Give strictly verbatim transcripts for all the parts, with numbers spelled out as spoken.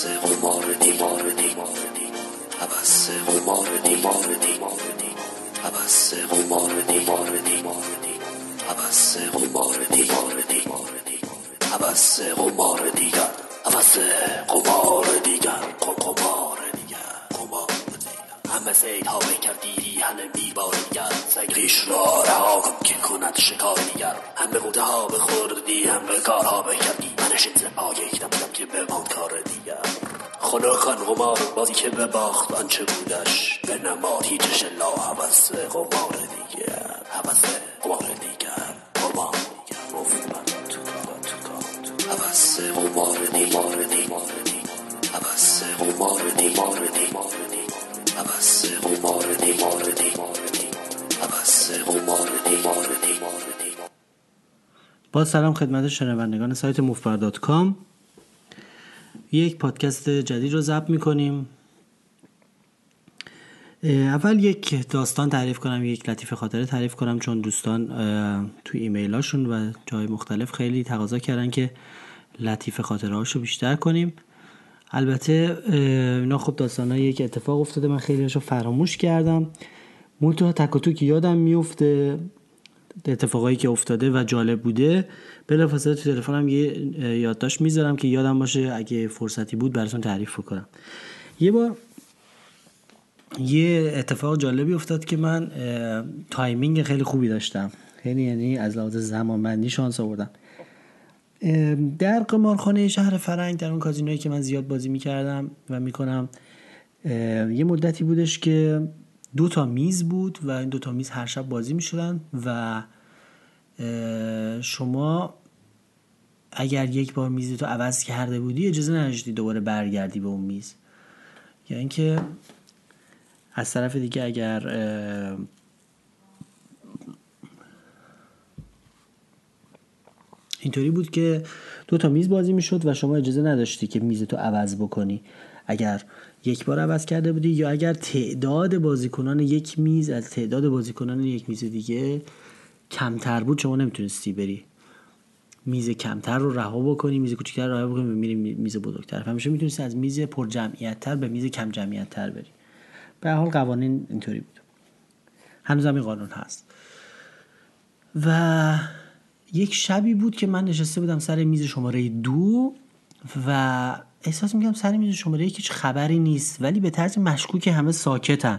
عباس قماردی عباس قماردی عباس قماردی عباس قماردی عباس قماردی عباس قماردی همه زید ها بکر دیری همه بیبار دیگر سگریش را رها کن که کند شکار دیگر همه قوده ها بخوردی همه کارها بکردی منشین زپا یک دم دم که بماند کار دیگر خدا کن قمار بازی که بباخت آنچه بودش به نماد هیچش الا عباس قمار دیگر عباس قمار دیگر قمار دیگر مفت من تو کار تو کار تو عباس قمار دیگر عباس قمار دیگر عباس قماردی عباس قماردی. با سلام خدمت شنوندگان سایت موفبر دات کام. یک پادکست جدید رو ضبط می‌کنیم. اول یک داستان تعریف کنم، یک لطیفه خاطره تعریف کنم، چون دوستان تو ایمیلاشون و جای مختلف خیلی تقاضا کردن که لطیفه خاطره هاشو بیشتر کنیم. البته اینا خب داستان‌های یک اتفاق افتاده، من خیلی هاشو فراموش کردم، منتها تک و توک یادم میفته اتفاقایی که افتاده و جالب بوده. بلافاصله تو تلفنم یه یادداشت میذارم که یادم باشه اگه فرصتی بود براتون تعریف کنم. یه بار یه اتفاق جالبی افتاد که من تایمینگ خیلی خوبی داشتم، یعنی یعنی از لحاظ زمانبندی شانس آوردم. در قمارخانه شهر فرنگ، در اون کازینویی که من زیاد بازی میکردم و میکنم، یه مدتی بودش که دو تا میز بود و این دو تا میز هر شب بازی میشدن و شما اگر یک بار میزتو عوض کرده بودی اجازه نداشتی دوباره برگردی به اون میز. یا اینکه از طرف دیگه اگر اینطوری بود که دو تا میز بازی میشد و شما اجازه نداشتی که میزتو عوض بکنی اگر یک بار عوض کرده بودی، یا اگر تعداد بازیکنان یک میز از تعداد بازیکنان یک میز دیگه کمتر بود شما نمیتونستی بری میز کمتر رو رها بکنی، میز کوچیک‌تر رو رها بکنی و میری میز بزرگتر. همیشه میتونستی از میز پر جمعیت تر به میز کم جمعیت تر بری. به هر حال قوانین اینطوری بود، هنوز هم این قانون هست. و یک شبی بود که من نشسته بودم سر میز شماره دو و احساس میکنم سر میز شماره یک هیچ خبری نیست، ولی به طرز مشکوک همه ساکتن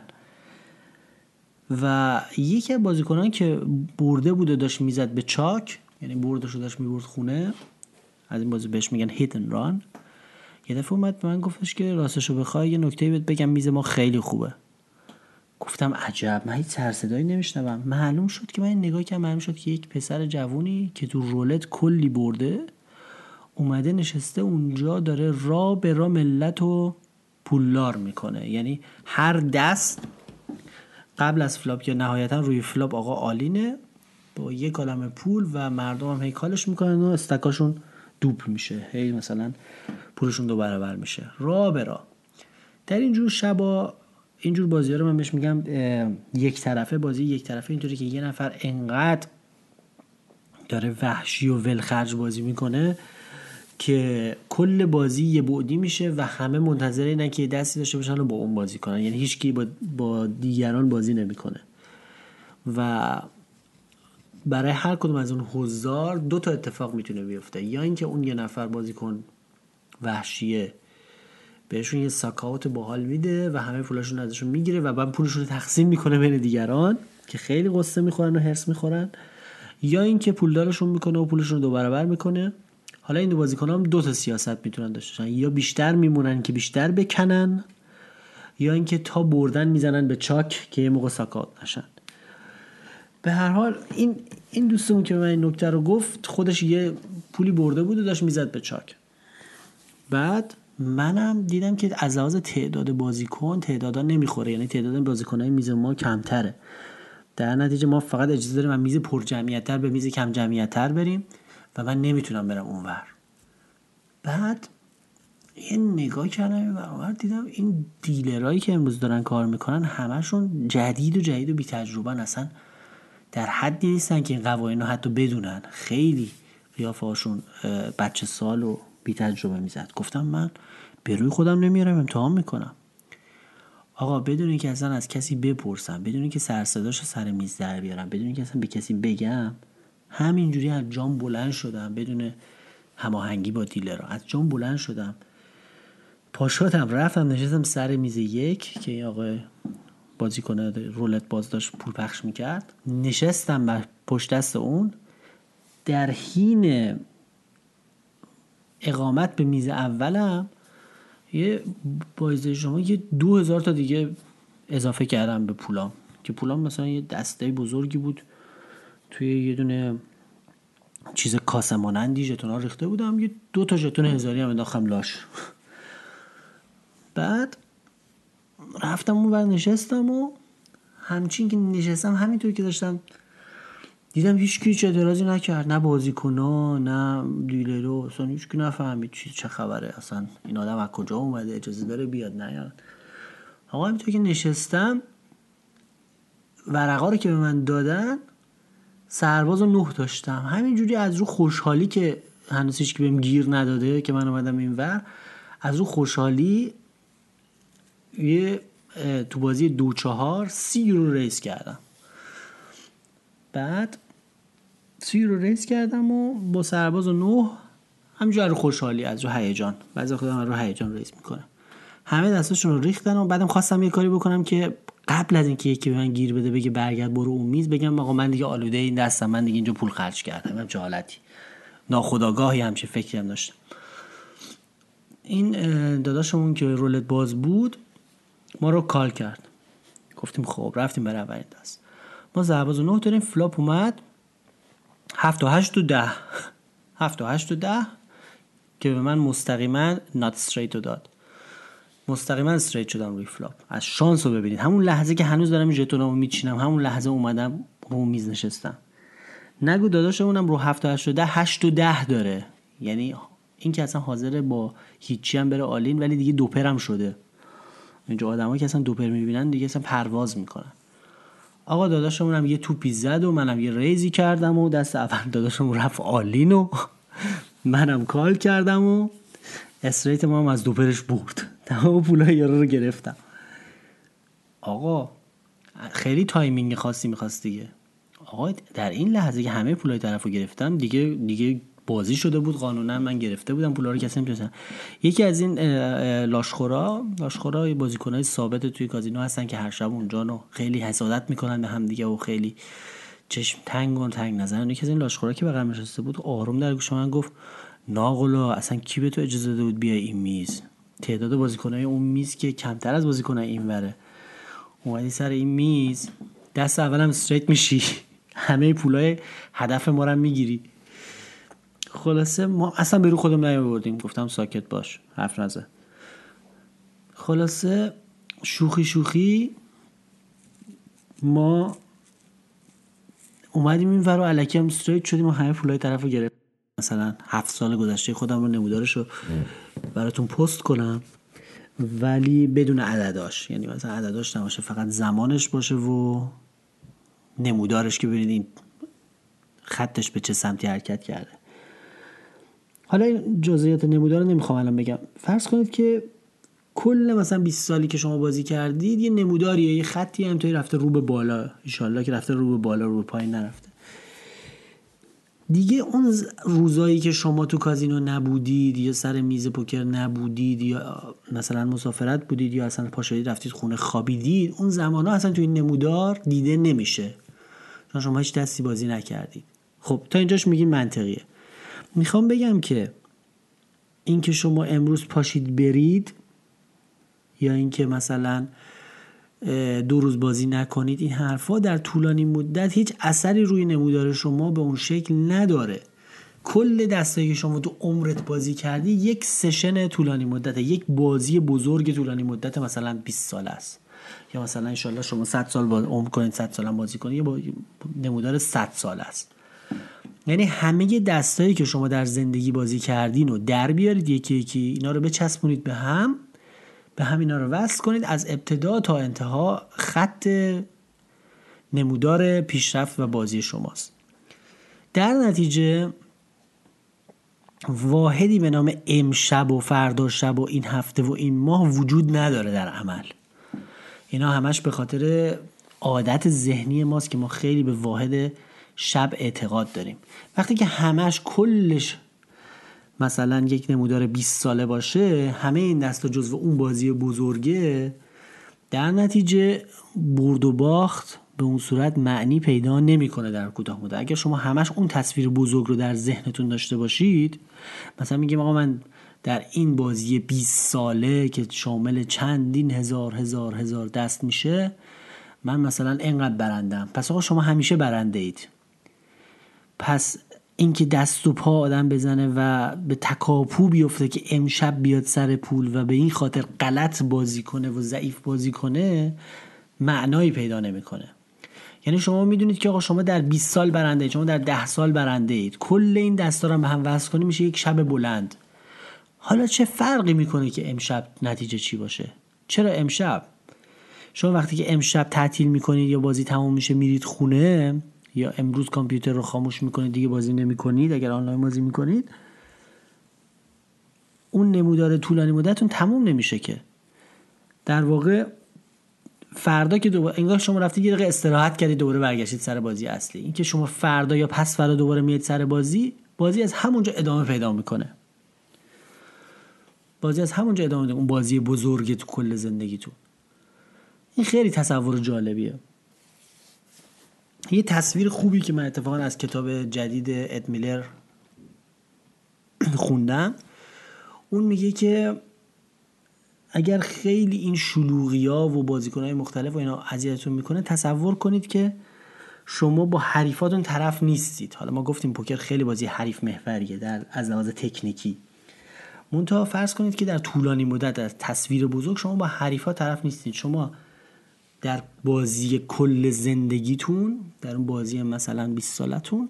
و یکی از بازیکنان که برده بود و داشت میزد به چاک، یعنی بردش رو داشت میبرد خونه، از این بازی بهش میگن هیت اند ران، یه دفعه اومد به من گفتش که راستشو بخوای یه نکته بهت بگم، میز ما خیلی خوبه. گفتم عجب، من هیچ سر صدایی نمیشنوم. معلوم شد که من این نگاه کردم، معلوم شد که یک پسر جوونی که تو رولت کلی برده اومده نشسته اونجا داره را به را ملتو پولدار میکنه. یعنی هر دست قبل از فلاپ یا نهایتا روی فلاپ آقا آلینه با یک کلمه پول و مردم هم هی کالش میکنن و استکاشون دوبل میشه، هی مثلا پولشون دو برابر میشه را به را. در اینجور شبا اینجور بازی ها رو من بهش میگم یک طرفه بازی. یک طرفه اینطوری که یه نفر انقدر داره وحشی و ولخرج بازی میکنه که کل بازی یه بعدی میشه و همه منتظر اینن که دستی داشته باشن و با اون بازی کنن، یعنی هیچ کی با, با دیگران بازی نمیکنه و برای هر کدوم از اون حضار دو تا اتفاق میتونه بیفته. یا اینکه اون یه نفر بازیکن وحشیه بهشون یه ساکاوت باحال میده و همه پولاشون ازشون میگیره و بعد پولشون رو تقسیم میکنه بین دیگران که خیلی قصه میخورن و هرس میخورن، یا اینکه پولدارشون میکنه و پولشون رو دو برابر میکنه. حالا این دو بازیکن‌ها هم دو تا سیاست میتونن داشته باشن، یا بیشتر میمونن که بیشتر بکنن، یا اینکه تا بردن میزنن به چاک که یه موقع ساکاوت نشن. به هر حال این این دوستمون که من این نکته رو گفت خودش یه پولی برده بود و داشت میزد به چاک. بعد منم دیدم که از لحاظ تعداد بازیکن تعدادا نمیخوره، یعنی تعداد بازیکنای میز ما کمتره. در نتیجه ما فقط اجازه داریم از میز پر جمعیت تر به میز کم جمعیت تر بریم و من نمیتونم برم اونور. بعد یه نگاه کردم و دیدم این دیلرایی که امروز دارن کار میکنن همشون جدید و جدید و بی تجربه، اصلا در حدی نیستن که این قوانین رو حتی بدونن. خیلی قیافه هاشون بچه سال و بی تجربه میزد. گفتم من به روی خودم نمیارم، امتحان میکنم. آقا بدون اینکه اصلا از کسی بپرسم، بدون اینکه سر صداشو سر میز در بیارم، بدون اینکه اصلا به کسی بگم، همینجوری از جام بلند شدم، بدون هماهنگی با دیلر از جام بلند شدم، پاشاتم رفتم نشستم سر میز یک که این آقای بازیکن رولت باز داشت پول پخش میکرد. نشستم پشت دست اون، در حین اقامت به میز اولم یه بایزه شما یه دو هزار تا دیگه اضافه کردم به پولام، که پولام مثلا یه دسته بزرگی بود، توی یه دونه چیز کاسه مانندی ژتونا ریخته بودم، یه دو تا ژتون هزاری هم انداختم لاش. بعد رفتم اون ور نشستم و همچین که نشستم همینطور که داشتم دیدم هیچ کی چه اعتراضی نکرد، نه بازیکن‌ها نه دیلرو، اصلا هیچ کی نفهمید چی چه خبره، اصلا این آدم از کجا اومده، اجازه داره بیاد نیاد. آقا همینطور که نشستم ورقا رو که به من دادن سرباز و نه داشتم، همینجوری از رو خوشحالی که هنوز هیچ کی بهم گیر نداده که من اومدم این ور، از رو خوشحالی یه تو بازی دو چهار سی یورو ریس کردم. بعد سی یورو ریس کردم و با سرباز و نه همینجوری رو خوشحالی از رو هیجان، بعضی خودم رو هیجان ریس میکنم، همه دستاشون رو ریختن و بعدم خواستم یه کاری بکنم که قبل از اینکه یکی به من گیر بده بگه برگرد برو اون میز، بگم آقا من دیگه آلوده این دستم، من دیگه اینجا پول خرج کردم، همچه حالتی ناخودآگاهی همچه فکری هم داشتم. این داداشمون که رولت باز بود ما رو کال کرد، گفتیم خب رفتیم برای اولین دست، ما ضرباز و نه داریم، فلاپ اومد هفت و هشت و ده هفت و هشت و ده که به من مستقیما نات استریت رو داد، مستقیما استریت شدم روی فلاپ. از شانس رو ببینید، همون لحظه که هنوز دارم این ژتونامو میچینم همون لحظه اومدم رو میز نشستم. نگو داداشمونم رو هفت و هشت و ده هشت و ده داره، یعنی این که اصلا حاضره با هیچی هم بره آلین، ولی دیگه دوپرم شده. اینجا آدمایی که اصلا دوپر میبینن دیگه اصلا پرواز میکنن. آقا داداشمونم یه توپی زد و منم یه ریزی کردم و دست اول داداشمون رفت آلین و منم کال کردم و استریت ما هم از دوپرش برد، تمام پولای یارو رو گرفتم. آقا خیلی تایمینگ خاصی میخواست دیگه. آقا در این لحظه که همه پولای طرفو گرفتم دیگه دیگه بازی شده بود، قانونا من گرفته بودم پولا رو، کسی نمیتونه. یکی از این لاشخورا لاشخورا بازیکنای ثابت توی کازینو هستن که هر شب اونجا رو خیلی حسادت میکنن به هم دیگه و خیلی چشم تنگ و تنگ نظرن. یکی از این لاشخورا که بغل نشسته بود آروم در گوش من گفت ناقلا اصلا کی به تو اجازه داده بود بیای این میز؟ تعداد بازیکنای اون میز که کمتر از بازیکنای این وره، اومدی سر این میز دست اولم استریت میشی، همه پولای هدف ما رو میگیری. خلاصه ما اصلا به رو خودم نیاوردیم، گفتم ساکت باش حرف نزن. خلاصه شوخی شوخی ما اومدیم این ور و الکی هم استریت شدیم و همه پولای طرفو گرفت. مثلا هفت سال گذشته خودم رو نمودارشو براتون پست کنم ولی بدون عدداش، یعنی مثلا عدداش نباشه، فقط زمانش باشه و نمودارش که ببینید این خطش به چه سمتی حرکت کرده. حالا این جزئیات نمودار رو نمیخوام الان بگم. فرض کنید که کل مثلا بیست سالی که شما بازی کردید یه نموداریه، یه خطی هم توی رفته رو به بالا، ان شاءالله که رفته رو به بالا، رو به پایین نرفته. دیگه اون روزایی که شما تو کازینو نبودید یا سر میز پوکر نبودید یا مثلا مسافرت بودید یا اصلا پاشدید رفتید خونه خوابیدید، اون زمانا اصلا تو این نمودار دیده نمیشه چون شما هیچ دستی بازی نکردید. خب تا اینجاش میگیم منطقیه. میخوام بگم که این که شما امروز پاشید برید یا این که مثلا دو روز بازی نکنید، این حرفا در طولانی مدت هیچ اثری روی نمودار شما به اون شکل نداره. کل دستایی که شما تو عمرت بازی کردی یک سشن طولانی مدته، یک بازی بزرگ طولانی مدت، مثلا بیست سال است یا مثلا ان شاءالله شما صد سال عمر کنید، صد سال هم بازی کنید، یه نمودار صد سال است. یعنی همه دستایی که شما در زندگی بازی کردین رو در بیارید، یکی یکی اینا رو بچسبونید به هم، به هم اینا رو وصل کنید، از ابتدا تا انتها خط نمودار پیشرفت و بازی شماست. در نتیجه واحدی به نام امشب و فردا شب و این هفته و این ماه وجود نداره در عمل. اینا همش به خاطر عادت ذهنی ماست که ما خیلی به واحد شب اعتقاد داریم. وقتی که همش کلش مثلا یک نمودار بیست ساله باشه، همه این دستا جزو اون بازی بزرگه، در نتیجه برد و باخت به اون صورت معنی پیدا نمیکنه در کوتاه مدت. اگر شما همش اون تصویر بزرگ رو در ذهنتون داشته باشید، مثلا میگیم آقا من در این بازی بیست ساله که شامل چندین هزار هزار هزار دست میشه، من مثلا اینقدر برندم. پس آقا شما همیشه برنده اید. پس اینکه دست و پا آدم بزنه و به تکاپو بیفته که امشب بیاد سر پول و به این خاطر غلط بازی کنه و ضعیف بازی کنه، معنایی پیدا نمیکنه. یعنی شما میدونید که آقا شما در بیست سال برنده اید، شما در ده سال برنده اید، کل این دستا رو به هم وصل کنی میشه یک شب بلند. حالا چه فرقی میکنه که امشب نتیجه چی باشه؟ چرا امشب؟ شما وقتی که امشب تعطیل میکنید یا بازی تموم میشه میرید خونه، یا امروز کامپیوتر رو خاموش میکنید دیگه بازی نمیکنید، اگر آنلاین بازی میکنید، اون نمودار طولانی مدتتون تموم نمیشه که. در واقع فردا که دوباره انگار شما رفتید یه دقیقه استراحت کردید دوباره برگشتید سر بازی اصلی. این که شما فردا یا پس فردا دوباره میاد سر بازی، بازی از همونجا ادامه پیدا میکنه. بازی از همونجا ادامه میده، اون بازی بزرگ تو کل زندگیتون. این خیلی تصور جالبیه. یه تصویر خوبی که من اتفاقا از کتاب جدید اد میلر خوندم، اون میگه که اگر خیلی این شلوغی‌ها و بازیکن‌های مختلف و اینا اذیتتون میکنه، تصور کنید که شما با حریفاتون طرف نیستید. حالا ما گفتیم پوکر خیلی بازی حریف محوریه در از لحاظ تکنیکی. منتها فرض کنید که در طولانی مدت از تصویر بزرگ شما با حریفا طرف نیستید. شما در بازی کل زندگیتون، در اون بازی مثلا بیست سالتون،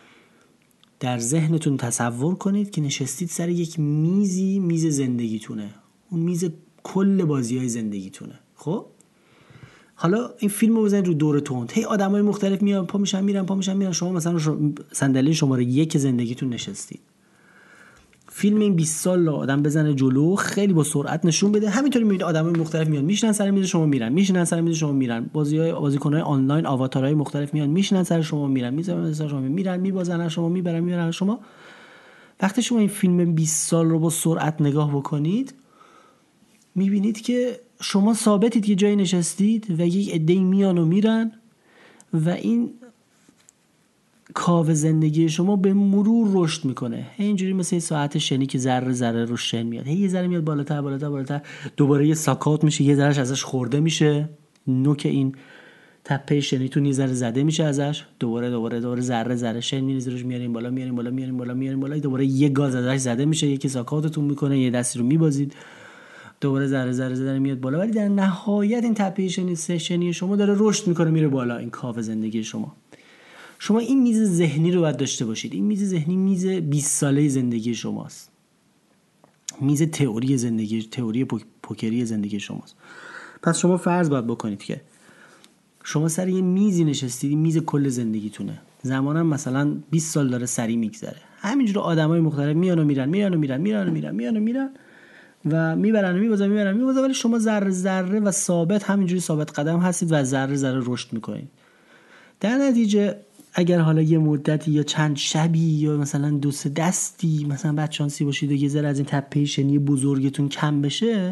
در ذهنتون تصور کنید که نشستید سر یک میزی، میز زندگیتونه. اون میز کل بازی‌های زندگیتونه. خب حالا این فیلمو بزنید رو دور تند، هی آدمای مختلف میان پا میشن میرن پا میشن میرن، شما مثلا رو صندلی شماره یک زندگیتون نشستید. فیلم این بیست سال رو آدم بزنه جلو، خیلی با سرعت نشون بده، همینطوری میبینید آدمای مختلف میان میشینن سر میز شما میرن، میشینن سر میز شما میرن، بازی‌های بازیکن‌های آنلاین آواتارهای مختلف میان میشینن سر شما میرن، میذارن سر شما میرن، میبازن شما میبرن میبرن شما. وقتی شما این فیلم بیست سال رو با سرعت نگاه بکنید، میبینید که شما ثابتید یه جایی نشستید و یک عده‌ای میان و میرن و این کاو زندگی شما به مرور رشد میکنه. اینجوری مثل این ساعت شنی که ذره ذره رو شن میاد، هی یه ذره میاد بالاتر بالاتر بالاتر، دوباره یه ساکات میشه، یه ذرهش ازش خورده میشه، نوک این تپه شنیتون یه ذره زده میشه ازش، دوباره دوباره دوباره ذره ذره شن میریزه روش، میاریم بالا میاریم بالا میاریم بالا میاریم بالا، دوباره یه گاز ازش زده میشه، یکی ساکاتتون میکنه، یه دستی رو میبازید، دوباره ذره ذره ذره میاد بالا، ولی در نهایت این تپه شنی سشنی شما داره رشد میکنه میره بالا. این کاو زندگی شما. شما این میز ذهنی رو باید داشته باشید. این میز ذهنی میز بیست ساله زندگی شماست، میز تئوری زندگی، تئوری پوکری زندگی شماست. پس شما فرض باید بکنید که شما سر یه میزی نشستید، این میز کل زندگیتونه، زمانم مثلا بیست سال داره سری میگذره، همینجوری آدمای مختلف میان و میرن میان و میرن میان و میرن میان و میرن و میبرن و میبازن میبرن میبازن، ولی شما ذره ذره و ثابت همینجوری ثابت قدم هستید و ذره ذره رشد میکنید. در نتیجه اگر حالا یه مدتی یا چند شبی یا مثلا دو سه دستی مثلا بدشانسی باشید و یه ذره از این تپه شنی بزرگتون کم بشه،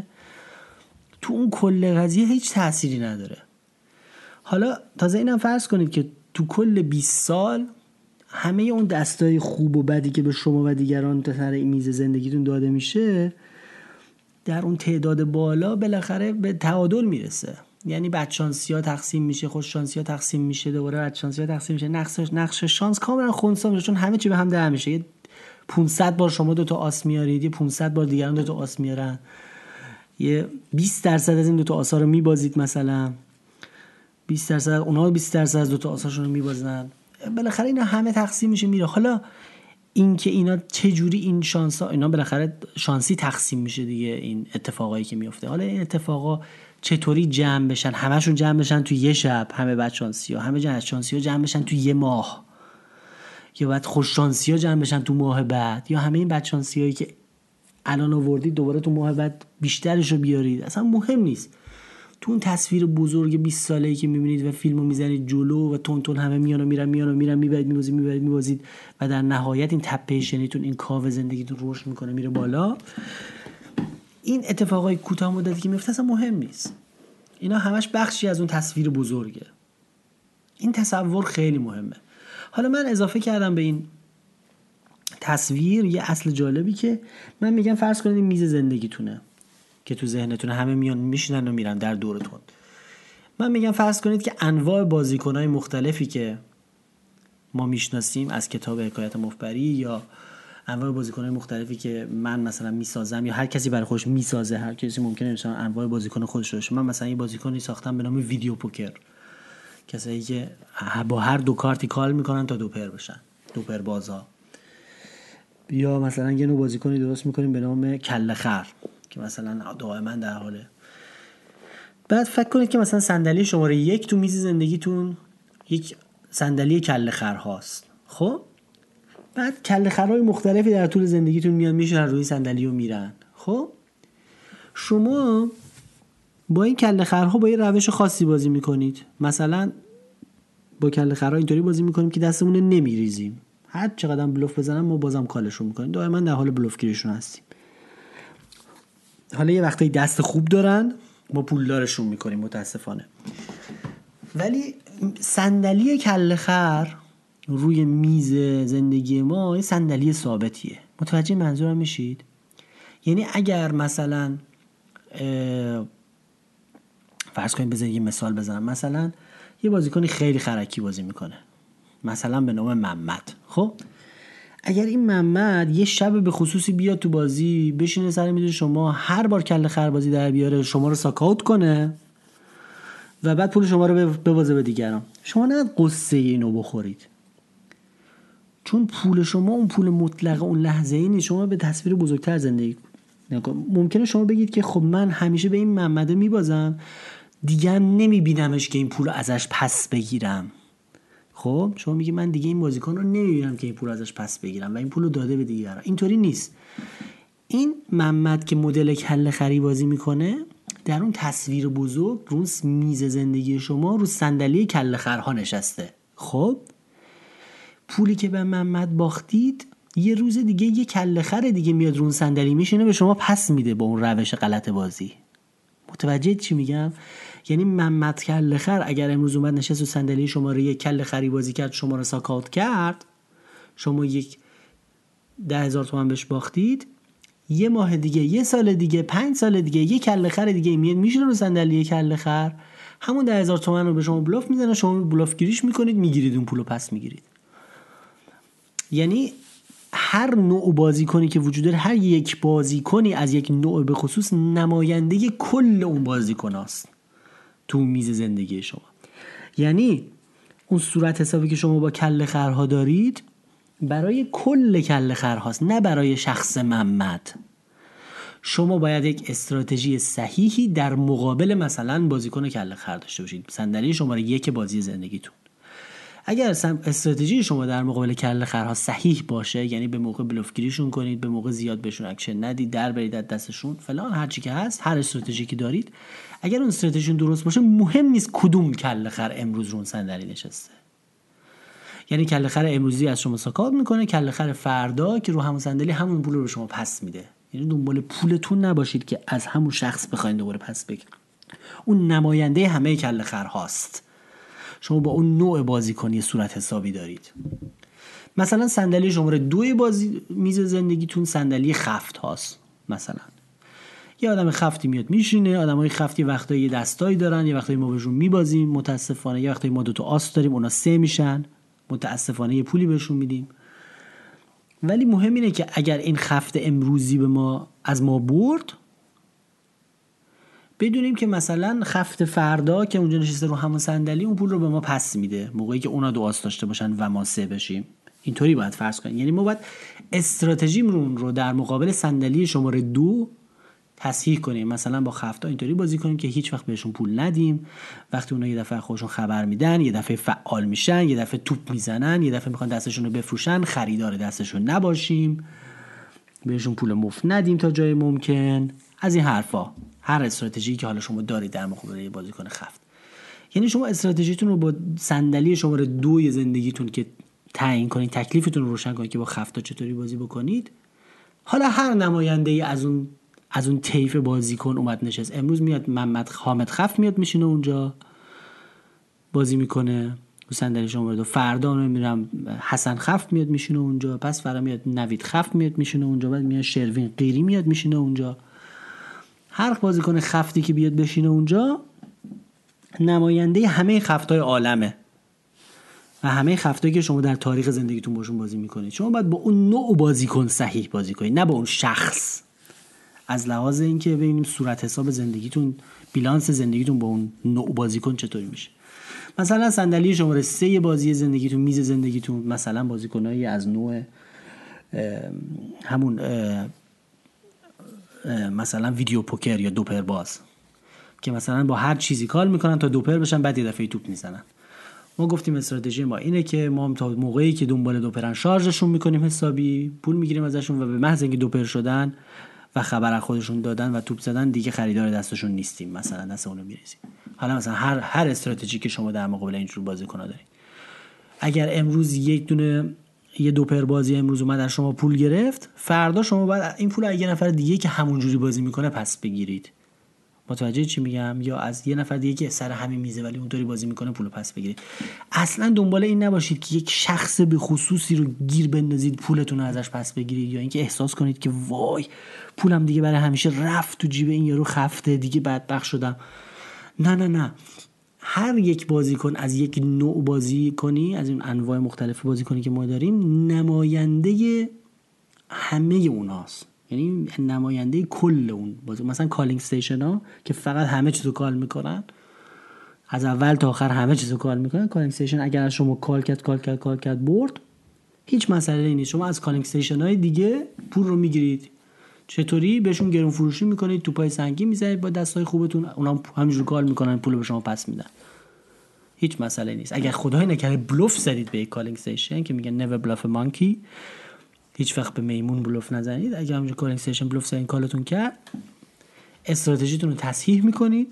تو اون کل قضیه هیچ تأثیری نداره. حالا تازه اینم فرض کنید که تو کل بیست سال همه اون دستای خوب و بدی که به شما و دیگران تا سر این میز زندگیتون داده میشه، در اون تعداد بالا بالاخره به تعادل میرسه. یعنی بدشانسی‌ها تقسیم میشه، خوششانسی‌ها تقسیم میشه، دوباره بدشانسی‌ها تقسیم میشه، نقش نقش شانس کاملا خنثی میشه، چون همه چی به هم ده میشه. یه پانصد بار شما دو تا آس میارید، یه پانصد بار دیگران دو تا آس میارن، یه بیست درصد از این دو تا آسا رو میبازید، مثلا بیست درصد اونها بیست درصد از دو تا آساشون رو میبازن، بالاخره اینا همه تقسیم میشه میره. حالا این که اینا چه جوری این شانس‌ها، اینا بالاخره شانسی تقسیم میشه دیگه، این اتفاقایی که میفته، حالا این اتفاقا چطوری جمع بشن، همشون جمع بشن تو یه شب، همه بدشانسی‌ها همه بدشانسی‌ها جمع بشن تو یه ماه، یا باید خوششانسی‌ها جمع بشن تو ماه بعد، یا همه این بدشانسی‌هایی که الان آوردید دوباره تو ماه بعد بیشترش رو بیارید. اصلا مهم نیست. تو اون تصویر بزرگ بیست ساله‌ای که می‌بینید و فیلمو میزنید جلو و تون تون همه میان و میرن میان و میرن میبرید میبازید میبرید میبازید و در نهایت این تپه شنیتون، این کاو زندگیتون رشد میکنه میره بالا. این اتفاقای کوتاه مدتی که میفته اصلا مهم نیست. اینا همش بخشی از اون تصویر بزرگه. این تصور خیلی مهمه. حالا من اضافه کردم به این تصویر یه اصل جالبی که من میگم فرض کنید این میز زندگیتونه که تو ذهنتونه، همه میان میشینن و میرن در دورتون. من میگم فرض کنید که انواع بازیکن‌های مختلفی که ما میشناسیم از کتاب حکایت مفبری یا انواع بازیکن‌های مختلفی که من مثلا میسازم یا هر کسی برای خودش میسازه، هر کسی ممکنه مثلا انواع بازیکن خودش داشته. من مثلا یه بازیکنی ساختم به نام ویدیو پوکر، کسایی که با هر دو کارتی کال میکنن تا دو پر بشن، دو پر بازا. یا مثلا یه نوع بازیکنی درست میکنیم به نام کله خر که مثلا دائما در حاله. بعد فکر کنید که مثلا صندلی شماره یک تو میز زندگیتون یک صندلی کله خر هاست. خب بعد کله خرهای مختلفی در طول زندگیتون میان میشن روی صندلی و میرن. خب شما با این کله خرها با یه روش خاصی بازی میکنید. مثلا با کله خرها اینطوری بازی میکنیم که دستمون نمیریزیم، هر چقدر بلوف بزنن ما بازم کالشون میکنیم، دائما در حال بلوف گیریشون هستیم. حالا یه وقتایی دست خوب دارن ما پولدارشون میکنیم متاسفانه. ولی صندلی کله خر روی میز زندگی ما یه صندلی ثابتیه. متوجه منظورم میشید؟ یعنی اگر مثلا فرض کنید بذارید یه مثال بزنم، مثلا یه بازیکنی خیلی خرکی بازی میکنه مثلا به نام محمد. خب اگر این محمد یه شب به خصوصی بیاد تو بازی بشینه سر میز شما، هر بار کله خر بازی در بیاره شما رو ساکاوت کنه و بعد پول شما رو ببازه به دیگران، شما نه قصه اینو بخورید، چون پول شما اون پول مطلق اون لحظه ای نیست. شما به تصویر بزرگتر زندگی ممکنه شما بگید که خب من همیشه به این محمده میبازم دیگه هم نمیبینمش که این پول رو ازش پس بگیرم. خب شما میگی من دیگه این بازیکن رو نمیبینم که این پول رو ازش پس بگیرم و این پول رو داده به دیگران. اینطوری نیست. این محمد که مدل کله خری بازی میکنه در اون تصویر بزرگ رو میز زندگی شما رو صندلی کله خرها نشسته. خب پولی که به محمد باختید یه روز دیگه یه کله خر دیگه میاد رو اون صندلی میشینه به شما پس میده با اون روش غلط بازی. متوجه چی میگم؟ یعنی محمد کله خر اگر امروز اومد نشست رو صندلی شما رو یک کله خری بازی کرد، شما رو ساکاوت کرد، شما یک ده هزار تومن بهش باختید، یه ماه دیگه، یه سال دیگه، پنج سال دیگه یه کله خر دیگه میاد میشینه رو صندلی کله خر، همون ده هزار تومن رو به شما بلوف میزنه، شما بلوف گیریش میکنید، میگیرید اون پولو پس میگیرید. یعنی هر نوع بازیکنی که وجود داره، هر یک بازیکنی از یک نوع به خصوص نماینده کل اون بازیکناست تو میز زندگی شما. یعنی اون صورت حسابی که شما با کله خرها دارید برای کل کله خرهاست، نه برای شخص محمد. شما باید یک استراتژی صحیحی در مقابل مثلا بازیکن کله خر داشته باشید، صندلی شماره یک بازی زندگیتون. اگر استراتژی شما در مقابل کله خرها صحیح باشه، یعنی به موقع بلوفگیریشون کنید، به موقع زیاد بهشون اکشن ندید، در برید از دستشون فلان، هر چی که هست، هر استراتژی که دارید، اگر اون استراتژیتون درست باشه مهم نیست کدوم کله خر امروز رو اون صندلی نشسته. یعنی کله خر امروزی از شما ساکاوت میکنه، کله خر فردا که رو همون صندلی همون پول رو به شما پس میده. یعنی دنبال پولتون نباشید که از همون شخص بخواید دوباره پس بگیرید. اون نماینده همه کله خرهاست. شما با اون نوع بازیکنی صورت حسابی دارید. مثلا صندلی شماره دو بازی میز زندگیتون صندلی خفت هاست. مثلا یه آدم خفتی میاد میشینه، آدمای خفتی وقتایی یه دستایی دارن، یه وقتایی ما بهشون میبازیم متاسفانه، یه وقتایی ما دو تا آس داریم اونا سه میشن متاسفانه، یه پولی بهشون میدیم. ولی مهم اینه که اگر این خفت امروزی به ما از ما برد، بدونیم که مثلا خفت فردا که اونجا نشسته رو همون صندلی اون پول رو به ما پس میده موقعی که اونا دو آس داشته باشن و ما سه بشیم. اینطوری باید فرض کنیم. یعنی ما باید استراتژیمون رو در مقابل صندلی شماره دو تصحیح کنیم. مثلا با خفتا اینطوری بازی کنیم که هیچ وقت بهشون پول ندیم، وقتی اونا یه دفعه خودشون خبر میدن یه دفعه فعال میشن، یه دفعه توپ میزنن، یه دفعه میخوان دستشون رو بفروشن، خریدار دستشون نباشیم، بهشون پول مفت ندیم تا جای ممکن. از این حرفا، هر استراتژی که حالا شما دارید در مقابل یه بازیکن خفت. یعنی شما استراتژیتون رو با صندلی شماره دو زندگیتون که تعیین کنید، تکلیفتون رو روشن کنید که با خفتا چطوری بازی بکنید. حالا هر نماینده‌ای از اون از اون طیف بازیکن اومد نشست. امروز میاد محمد حامد خف میاد میشینه اونجا بازی میکنه رو صندلی شماره دو، فردا نمیرم حسن خف میاد میشینه اونجا، پس فردا میاد نوید خف میاد میشینه اونجا، بعد میاد شروین قیری میاد میشینه اونجا. هر بازیکن خفتی که بیاد بشینه اونجا نماینده همه خفتای عالمه و همه خفتایی که شما در تاریخ زندگیتون باشون بازی میکنید. شما باید با اون نوع بازیکن صحیح بازی کنید، نه با اون شخص. از لحاظ اینکه ببینیم صورت حساب زندگیتون، بیلانس زندگیتون با اون نوع بازیکن چطوری میشه. مثلا صندلی شماره سه بازی زندگیتون، میز زندگیتون، مثلا بازیکنایی از نوع همون اه اه مثلا ویدیو پوکر یا دوپر باز که مثلا با هر چیزی کار میکنن تا دوپر بشن، بعد یه دفعه توپ میزنن. ما گفتیم استراتژی ما اینه که ما تا موقعی که دنبال دوپرن شارژشون میکنیم، حسابی پول میگیریم ازشون و به محض اینکه دوپر شدن و خبر از خودشون دادن و توپ زدن دیگه خریدار دستشون نیستیم، مثلا دست اونو میریزیم. حالا مثلا هر هر استراتژی که شما در مقابل اینجور بازیکن‌ها دارید، اگر امروز یک دونه یه دوپر بازی امروز اومد از شما پول گرفت، فردا شما باید این پول از یه نفر دیگه که همونجوری بازی میکنه پس بگیرید. متوجه چی میگم؟ یا از یه نفر دیگه که سر همین میزه ولی اونطوری بازی میکنه پولو پس بگیرید. اصلا دنبال این نباشید که یک شخص به خصوصی رو گیر بندازید پولتون رو ازش پس بگیرید، یا اینکه احساس کنید که وای پولم دیگه برای همیشه رفت تو جیب این یارو خفته دیگه بدبخت شدم. نه نه نه، هر یک بازیکن از یک نوع بازی کنی، از این انواع مختلف بازی کنی که ما داریم، نماینده همه اوناست. یعنی نماینده کل اون بازی. مثلا کالینگ استیشن ها که فقط همه چیزو کال میکنن، از اول تا آخر همه چیزو کال میکنن. کالینگ استیشن اگر از شما کال کرد کال کرد کال کرد برد، هیچ مسئله نیست. شما از کالینگ استیشن های دیگه پول رو میگیرید. چطوری؟ بهشون گرون فروشی میکنید، توپای سنگی میزنید با دستای خوبتون، اونا همینجور کال میکنن، پول به شما پس میدن. هیچ مسئله نیست. اگر خدای نکرده بلوف زدید به یک کالینگ استیشن که میگن never bluff a monkey، هیچ وقت به میمون بلوف نزنید. اگه همونجا کالینگ استیشن بلوف زدین کالتون کرد، استراتژیتون رو تصحیح میکنید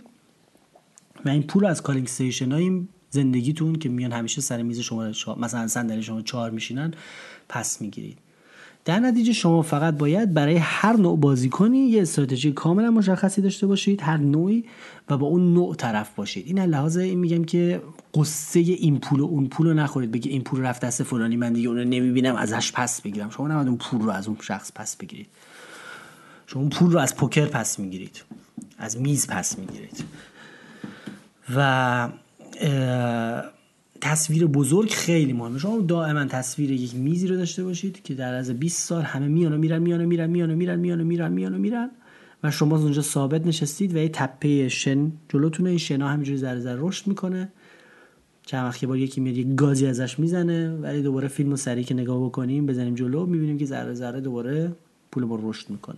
و این پول از کالینگ استیشن های زندگیتون که میان همیشه سر میز شما مثلا صندلی شما چهار میشینن پس میگیرید. در نتیجه شما فقط باید برای هر نوع بازیکنی یه استراتژی کاملا مشخصی داشته باشید، هر نوعی، و با اون نوع طرف باشید. این لحاظه این میگم که قصه این پول و اون پول رو نخورید، بگی این پول رفت دست فلانی من دیگه اون رو نمیبینم ازش پس بگیرم. شما نباید اون پول رو از اون شخص پس بگیرید. شما اون پول رو از پوکر پس میگیرید، از میز پس میگیرید. و تصویر بزرگ خیلی مهمه. شما دائما تصویر یک میزی رو داشته باشید که در از بیست سال همه میان و میرن میان و میرن میان و میرن میان و میرن میان و میرن و شما اونجا ثابت نشستید و یه تپه شن جلوتونه. این شنا همینجوری ذره ذره رشد میکنه. چند وقت بار یکی میاد یک گازی ازش میزنه، ولی دوباره فیلمو سریع که نگاه بکنیم بزنیم جلو میبینیم که ذره ذره دوباره پول ما رشد میکنه.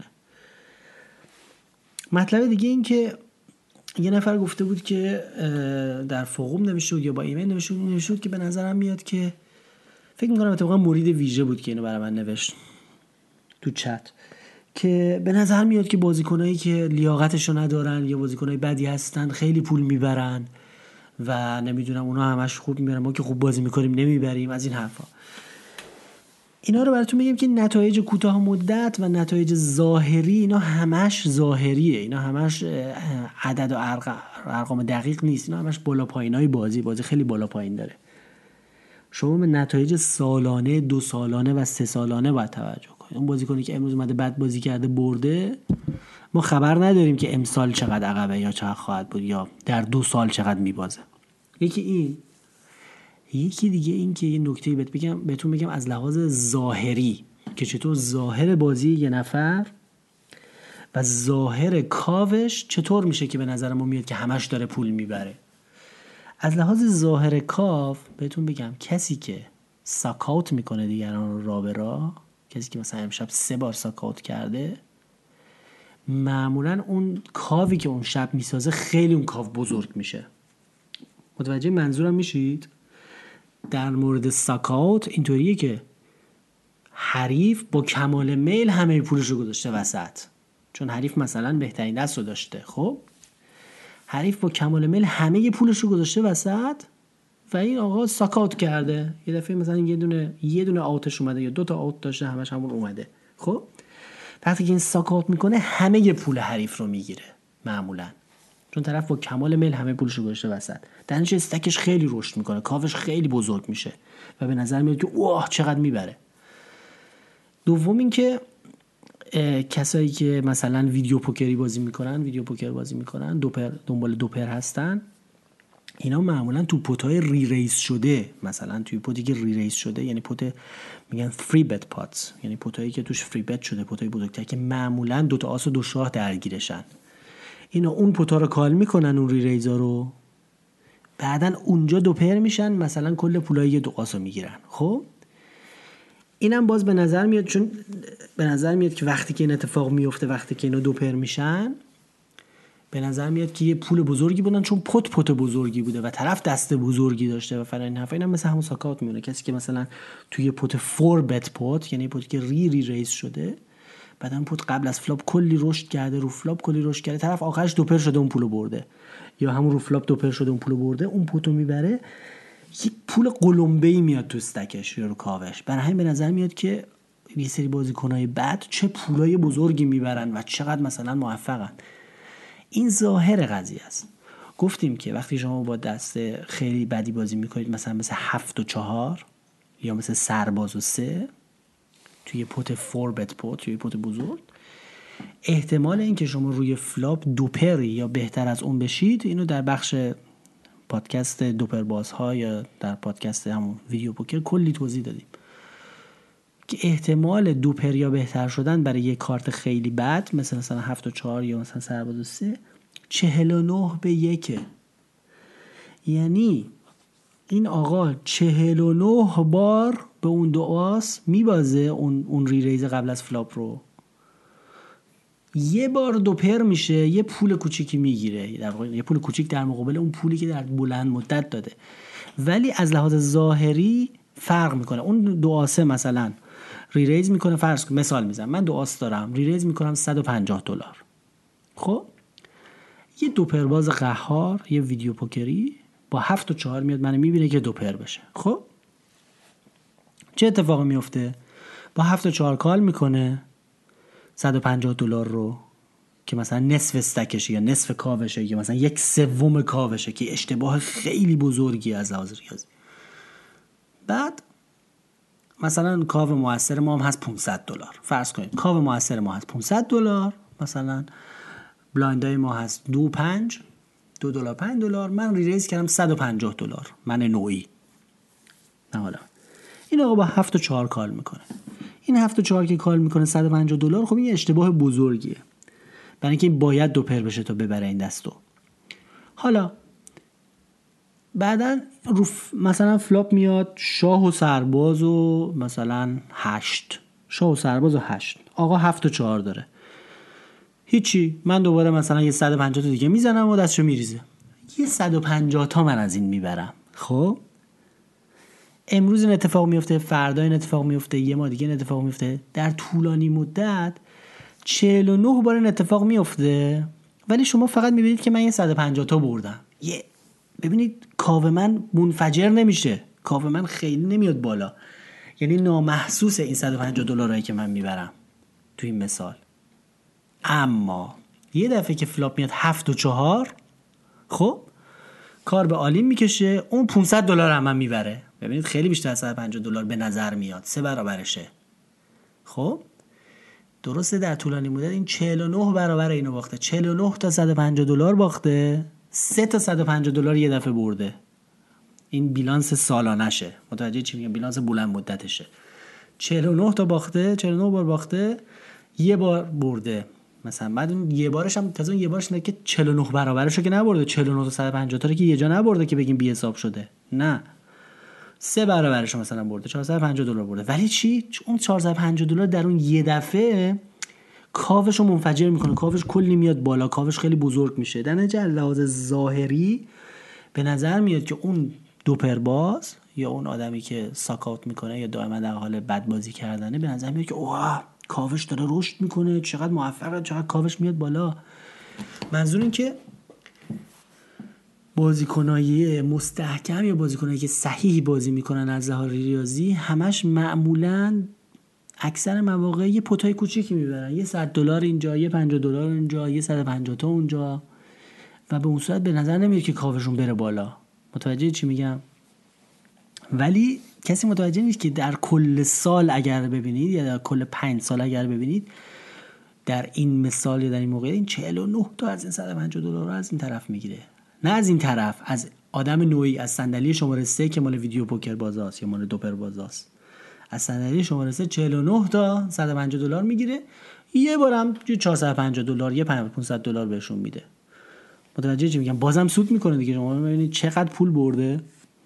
مطلب دیگه این که یه نفر گفته بود که در فوقم نوشته بود یا با ایمیل نوشته بود, نوشته بود که به نظرم میاد که فکر میکنم اتفاقا مرید ویژه بود که اینو برای من نوشت تو چت، که به نظر میاد که بازیکنایی که لیاقتشو ندارن یا بازیکنای بدی هستن خیلی پول میبرن و نمیدونم اونا همش خوب میبرن، ما که خوب بازی میکنیم نمیبریم، از این حرفا. اینا رو براتون میگم که نتایج کوتاه مدت و نتایج ظاهری اینا همش ظاهریه، اینا همش عدد و ارقام دقیق نیست، اینا همش بالا پایینای بازی بازی خیلی بالا پایین داره. شما به نتایج سالانه، دو سالانه و سه سالانه باید توجه کنید. اون بازیکنی که امروز اومده بد بازی کرده برده، ما خبر نداریم که امسال چقدر عقبه یا چقدر خواهد بود یا در دو سال چقدر میبازه. یکی این. یکی دیگه این که یه نکته بهت بگم بهتون بگم از لحاظ ظاهری که چطور ظاهر بازی یه نفر و ظاهر کاوش چطور میشه که به نظر ما میاد که همش داره پول میبره. از لحاظ ظاهر کاو بهتون بگم کسی که ساکاوت میکنه دیگران رو را به را، کسی که مثلا امشب سه بار ساکاوت کرده، معمولا اون کاوی که اون شب میسازه خیلی اون کاو بزرگ میشه. متوجه منظورم میشید؟ در مورد ساکاوت اینطوریه که حریف با کمال میل همه پولش رو گذاشته وسط، چون حریف مثلا بهترین دست رو داشته. خب حریف با کمال میل همه پولش رو گذاشته وسط و این آقا ساکاوت کرده. یه دفعه مثلا یه دونه یه دونه آوتش اومده یا دو تا آوت داشته، همش همون اومده. خب وقتی که این ساکاوت میکنه همه پول حریف رو میگیره معمولا، چون طرف با کمال میل همه پولش رو گذاشته وسط. در نتیجه استکش خیلی رشد میکنه، کاوش خیلی بزرگ میشه و به نظر میاد که اوه چقدر میبره. دوم این که کسایی که مثلا ویدیو پوکری بازی میکنن ویدیو پوکر بازی میکنن دوپر دنبال دوپر هستن، اینا معمولا تو پوتای ری ریز شده، مثلا توی پوتی که ری ریز شده، یعنی پوت میگن فری بت پاتس، یعنی پوتایی که توش فری بت شده، پوتای بزرگتر که معمولا دو تا آس و دو شاه درگیرشن، اینا اون پوتا رو کال میکنن، اون ری ریزا رو، بعدن اونجا دوپر میشن، مثلا کل پولای دو آس رو میگیرن. خب اینم باز به نظر میاد، چون به نظر میاد که وقتی که این اتفاق میفته، وقتی که اینا دوپر میشن، به نظر میاد که یه پول بزرگی بودن، چون پت پت بزرگی بوده و طرف دست بزرگی داشته و فلان این حرفا. اینم مثل همون ساکاوت میمونه، کسی که مثلا توی پت فور بت پت، یعنی پتی که ری ری ریز شده، بعدن پت قبل از فلاپ کلی رشد کرده، رو فلاپ کلی رشد کرده، طرف آخرش دوپر شده اون پولو برده، یا همون رو فلاپ دوپر شده اون پولو برده، اون پتو میبره، یه پول قلمبه‌ای میاد تو استکش یا رو کاوش. برای همین به نظر میاد که یه سری بازیکنای بد چه پولای بزرگی میبرن و چقدر مثلا موفقن. این ظاهر قضیه است. گفتیم که وقتی شما با دست خیلی بدی بازی میکنید، مثلا مثل هفت و چهار یا مثل سرباز و سه توی پوت فور بت پوت، توی پوت بزرگ، احتمال این که شما روی فلاپ دوپر یا بهتر از اون بشید، اینو در بخش پادکست دوپر بازها یا در پادکست همون ویدیو پوکر کلی توضیح دادیم که احتمال دوپر یا بهتر شدن برای یک کارت خیلی بد مثل مثلا هفت و چهار یا مثلا سرباز و سه چهل و نه به یکه. یعنی این آقا چهل و نه بار به اون دو آس میبازه، اون اون ری ریز قبل از فلاپ رو، یه بار دوپر میشه، یه پول کوچیکی میگیره، در واقع یه پول کوچیک در مقابل اون پولی که در بلند مدت داده، ولی از لحاظ ظاهری فرق میکنه. اون دو آسه مثلا ری ریز میکنه، فرض کن مثال میزنم من دو آس دارم، ری ریز میکنم صد و پنجاه دلار. خب یه دوپر باز قهار، یه ویدیو پوکری با هفت و چهار میاد منو میبینه که دوپر بشه. خب چه اتفاقی میفته؟ با هفت و چهار کال میکنه صد و پنجاه دلار رو که مثلا نصف استکشه یا نصف کاوشه یا مثلا یک سوم کاوشه، که اشتباه خیلی بزرگی از لحاظ ریاضی. بعد مثلا کاو موثر ما هم هست پانصد دلار، فرض کنید کاو موثر ما هست پانصد دلار، مثلا بلایندای ما هست دو پنج دو دلار پنج دلار، من ری ریز کردم صد و پنجاه دلار، من نوعی. نه حالا این آقا با هفت و چهار کال میکنه، این هفت و چهار که کال میکنه صد و پنجاه دلار، خب این اشتباه بزرگیه، برای اینکه این باید دوپر بشه تا ببره این دستو. حالا بعدن رو مثلا فلاپ میاد شاه و سرباز و مثلا هشت، شاه و سرباز و هشت، آقا هفت و چهار داره، هیچی، من دوباره مثلا یه صد و پنجاه تا دیگه میزنم و دستشو میریزه، یه صد و پنجاه تا من از این میبرم. خب امروز این اتفاق میفته، فردا این اتفاق میفته، یه ما دیگه این اتفاق میفته، در طولانی مدت چهل و نه بار این اتفاق میفته، ولی شما فقط میبینید که من یه صد و پنجاه تا بردم. یه ببینید کاو من منفجر نمیشه، کاو من خیلی نمیاد بالا، یعنی نامحسوسه این صد و پنجاه دلارایی که من میبرم تو این مثال. اما یه دفعه که فلاپ میاد هفت و چهار، خب کار به عالی میکشه، اون پانصد دلار هم من میبره. ببینید خیلی بیشتر از صد و پنجاه دلار به نظر میاد، سه برابرشه. خب درسته در طولانی مدت این چهل و نه برابر اینو باخته، چهل و نه تا صد و پنجاه دلار باخته، سه تا صد و پنجاه دلار یه دفعه برده. این بیلانس سالانشه، متوجه چی میگم؟ بیلانس بلند مدتشه. چهل و نه تا باخته، چهل و نه بار باخته، یه بار برده. مثلا بعد اون یه بارش هم تازه یه بارش نه که چهل و نه برابرشو که نبرده، چهل و نه تا صد و پنجاه تا رو که یه جا نبرده که بگیم بی حساب شده، نه، سه برابرش مثلا برده، چهارصد و پنجاه دلار برده. ولی چی؟ اون چهارصد و پنجاه دلار در اون یه دفعه کاوش رو منفجر میکنه، کاوش کلی میاد بالا، کاوش خیلی بزرگ میشه. در نتیجه لحاظ ظاهری به نظر میاد که اون دوپرباز یا اون آدمی که ساکاوت میکنه یا دائما در حال بد بازی کردنه، به نظر میاد که اوه کاوش داره رشد میکنه، چقدر موفقه، چقدر کاوش میاد بالا. منظور این که بازیکنای مستحکم یا بازیکنایی که صحیح بازی میکنن از لحاظ ریاضی همش معمولاً اکثر مواقع یه پتای کوچیکی میبرن، یه صد دلار اینجا، یه پنجاه دلار اونجا، یه صد و پنجاه تا اونجا، و به اون صورت به نظر نمیاد که کاوشون بره بالا. متوجه چی میگم؟ ولی کسی متوجه نیست که در کل سال اگر ببینید یا در کل پنج سال اگر ببینید، در این مثال یا در این موقع این چهل و نه تا از این صد و پنجاه دلار رو از این طرف میگیره، نه از این طرف، از آدم نوعی، از صندلی شماره سه که مال ویدیو پوکر بازاست یا مال دوپر بازاست، از صندلی شماره سه چهل و نه تا صد و پنجاه دلار میگیره، یه بارم چهارصد و پنجاه دلار یه پانصد دلار بهشون میده. متوجه چی میگم؟ بازم سود میکنه دیگه. شما ببینید چقدر پول برده،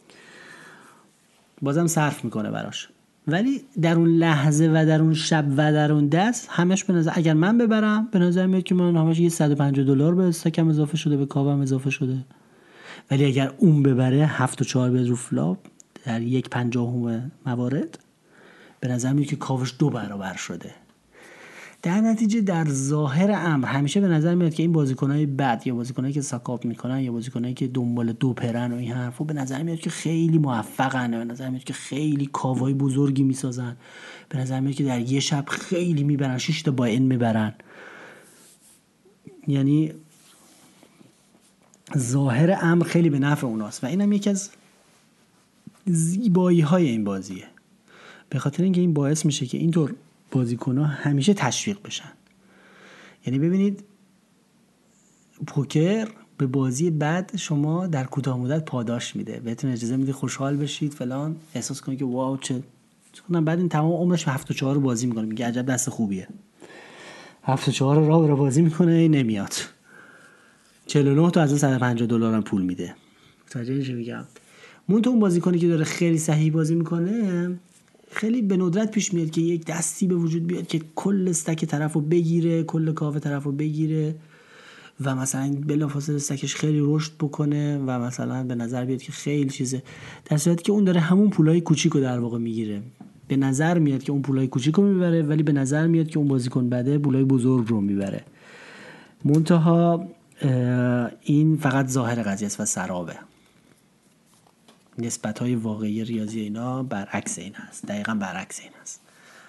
بازم صرف میکنه براش. ولی در اون لحظه و در اون شب و در اون دست همش به نظر، اگر من ببرم به نظر میاد که من همش یه صد و پنجاه دلار به استکم اضافه شده، به کاوم اضافه شده. ولی اگر اون ببره هفت و چهار به رو فلاپ در یک پنجاهم موارد، به نظر میاد که کاوش دو برابر شده. در نتیجه در ظاهر امر همیشه به نظر میاد که این بازیکنای بد یا بازیکنایی که ساکاپ میکنن یا بازیکنایی که دنبال دو پرن و این حرفو، به نظر میاد که خیلی موفقن، به نظر میاد که خیلی کاوای بزرگی میسازن، به نظر میاد که در یه شب خیلی میبرن، شش تا با این میبرن. یعنی ظاهر امر خیلی به نفع اوناست و اینم یکی از زیبایی های این بازیه، به خاطر اینکه این باعث میشه که اینطور بازیکن‌ها همیشه تشویق بشن. یعنی ببینید پوکر به بازی بد شما در کوتاه مدت پاداش میده، بهتون اجازه میده خوشحال بشید فلان، احساس کنید که واو چه چون بعد این تمام عمرش هفت و چهار رو بازی میکنه، میگه عجب دست خوبیه، هفت و چهار را رو بازی میکنه نمیاد، چهل و نه تا از صد و پنجاه دلار هم پول میده. متوجه چی میگم؟ مون تو اون بازیکنی که داره خیلی صحیح بازی میکنه، خیلی به ندرت پیش میاد که یک دستی به وجود بیاد که کل استک طرفو بگیره، کل کاوه طرفو بگیره و مثلا بلافاصله استکش خیلی رشد بکنه و مثلا به نظر بیاد که خیلی چیزه، در صورتی که اون داره همون پولای کوچیکو در واقع میگیره. به نظر میاد که اون پولای کوچیکو میبره ولی به نظر میاد که اون بازیکن بده پولای بزرگ رو میبره. منتها این فقط ظاهر قضیه است و سرابه. نسبت‌های واقعی ریاضی اینا برعکس این هست، دقیقاً برعکس این هست.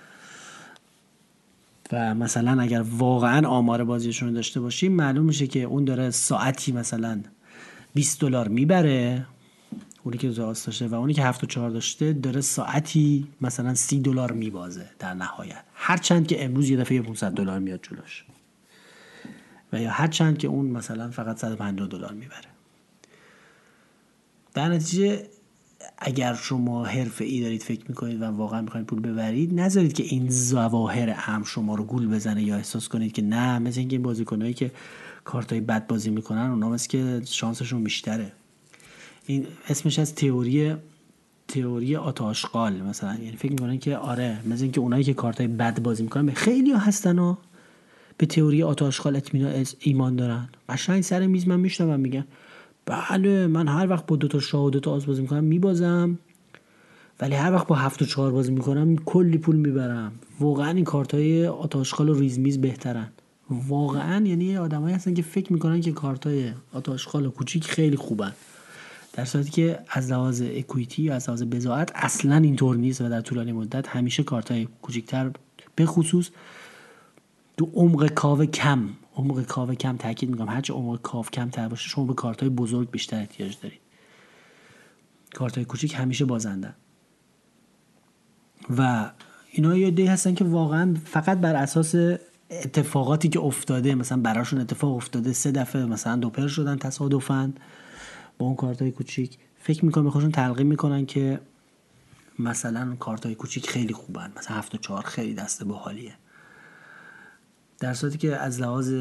و مثلا اگر واقعاً آمار بازیشون رو داشته باشیم، معلوم میشه که اون داره ساعتی مثلا بیست دلار میبره، اونی که زاست داشته، و اونی که هفت و چهار داشته داره ساعتی مثلا سی دلار میبازه در نهایت، هرچند که امروز یه دفعه پانصد دلار میاد جلوش، و یا هرچند که اون مثلا فقط صد و پنجاه دلار میبره. در نتیجه اگر شما حرفه‌ای دارید فکر میکنید و واقعا میخواید پول ببرید، نذارید که این ظواهر هم شما رو گول بزنه یا احساس کنید که نه، مثل اینکه این بازیکنایی که کارتای بد بازی میکنن اونا مثل که شانسشون بیشتره. این اسمش از تئوری تئوری آتاشقال مثلا، یعنی فکر میکنن که آره مثل اینکه اونایی که کارتای بد بازی میکنن خیلی ها هستن و به تئوری آتاشقال اطمینان ایمان دارن. قشنگ سر میز من میشنوم میگن بله من هر وقت با دو تا شاه و دو تا آس بازی میکنم میبازم، ولی هر وقت با هفت و چهار بازی میکنم کلی پول میبرم. واقعا این کارتای آتاشقال و ریزمیز بهترن واقعا. یعنی آدمایی هستن که فکر میکنن که کارتای آتاشقال و کوچیک خیلی خوبن، در صورتی که از لحاظ اکویتی یا از لحاظ بضاعت اصلا اینطور نیست و در طولانی مدت همیشه کارتای کوچیک‌تر، به خصوص تو عمق کاو کم عمق کاو کم تاکید میکنم، هرچه عمق کاو کم تر باشه شما به کارتای بزرگ بیشتر احتیاج دارید. کارتای کوچیک همیشه بازندن و اینا یه دی هستن که واقعا فقط بر اساس اتفاقاتی که افتاده، مثلا براشون اتفاق افتاده سه دفعه مثلا دوپر شدن تصادفاً با اون کارتای کوچیک، فکر میکنم به خودشون تلقین میکنن که مثلا کارتای کوچیک خیلی خوبن، مثلا هفت و چهار خیلی دسته باحالیه، در صورتی که از لحاظ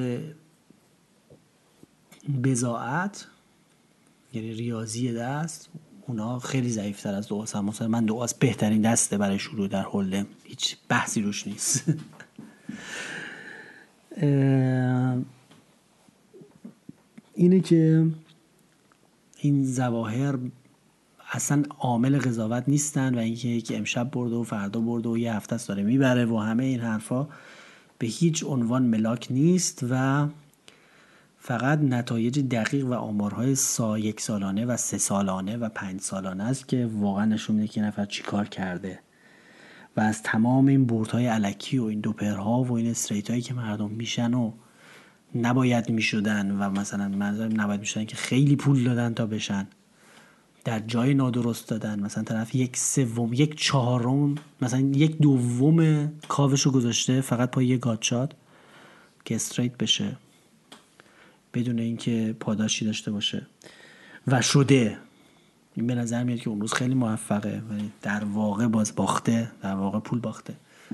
بضاعت یعنی ریاضی دست اونا خیلی ضعیف‌تر از دو آس هم. مثلا من دو آس بهترین دسته برای شروع در هولدم، هیچ بحثی روش نیست. اینه که این ظواهر اصلا عامل قضاوت نیستن و اینکه یکی امشب برده و فردا برده و یه هفته است داره میبره و همه این حرفا به هیچ عنوان ملاک نیست و فقط نتایج دقیق و آمارهای سا یک سالانه و سه سالانه و پنج سالانه است که واقعا نشون میده که نفر چی کار کرده و از تمام این بردهای الکی و این دوپرها و این استریت هایی که مردم میشن و نباید میشدن و مثلا منظورم نباید میشدن که خیلی پول دادن تا بشن، در جای نادرست دادن، مثلا طرف یک سوم یک چهارم مثلا یک دوم کاوشو گذاشته فقط پای یه گاتشات که استریت بشه بدون اینکه پاداشی داشته باشه و شده. این به نظر میاد که اون روز خیلی موفقه ولی در واقع باز باخته، در واقع پول باخته.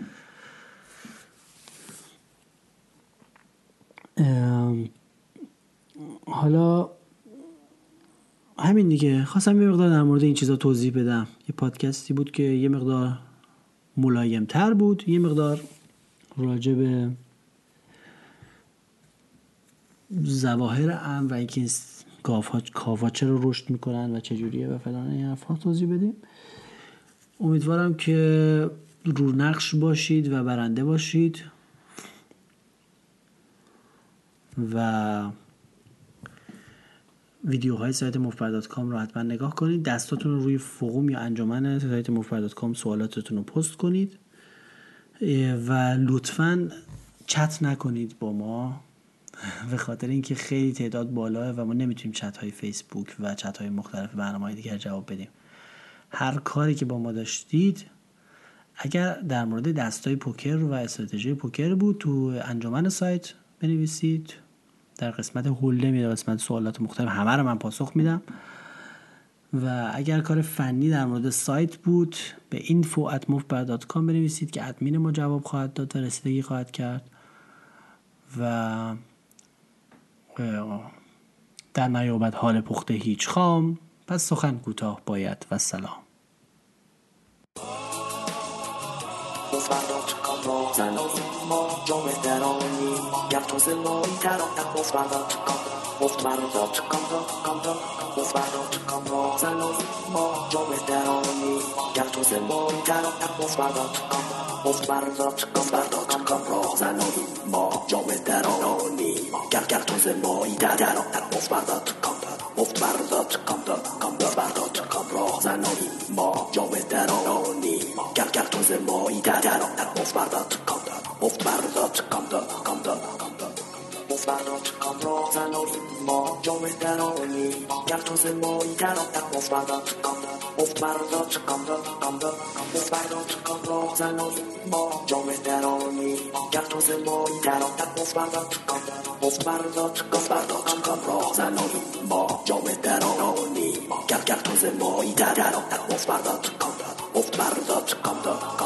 حالا همین دیگه، خواستم یه مقدار در مورد این چیزا توضیح بدم. یه پادکستی بود که یه مقدار ملایم تر بود، یه مقدار راجع به ظواهر امر و اینکه گاوها کاوا چرا رشد میکنن و چجوریه و فلان این حرفا توضیح بدیم. امیدوارم که رو نقش باشید و برنده باشید و ویدیوهای سایت موفبر دات کام رو حتما نگاه کنید. دستاتون رو روی فوروم یا انجمن سایت موفبر دات کام سوالاتتون رو پست کنید و لطفاً چت نکنید با ما به خاطر اینکه خیلی تعداد بالاه و ما نمیتونیم چت های فیسبوک و چت های مختلف برنامه‌های دیگر جواب بدیم. هر کاری که با ما داشتید اگر در مورد دستای پوکر و استراتژی پوکر بود تو انجمن سایت بنویسید، در قسمت هولدم یا قسمت سوالات مختلف همه رو من پاسخ میدم. و اگر کار فنی در مورد سایت بود به info at movbar dot com بنویسید که ادمین ما جواب خواهد داد و رسیدگی خواهد کرد. و در نیابت حال پخته هیچ خام، پس سخن کوتاه باید و سلام. گر تو زمایی در در مفبردات کام مفبردات کام کام مفبردات کام راه زنانی ما جام درانی گر گر تو زمایی در در مفبردات کام مفبردات کام کام مفبردات کام راه زنانی ما جام درانی گر تو زمایی در مفبردات کام مفبردات کام کام مفبردات کام راه زنانی ما جام درانی گر تو زمایی در مفبردات کام مفبردات مفبردات کام راه زنانی ما جام درانی گر گر تو زمایی در مفبردات کام مفبردات کام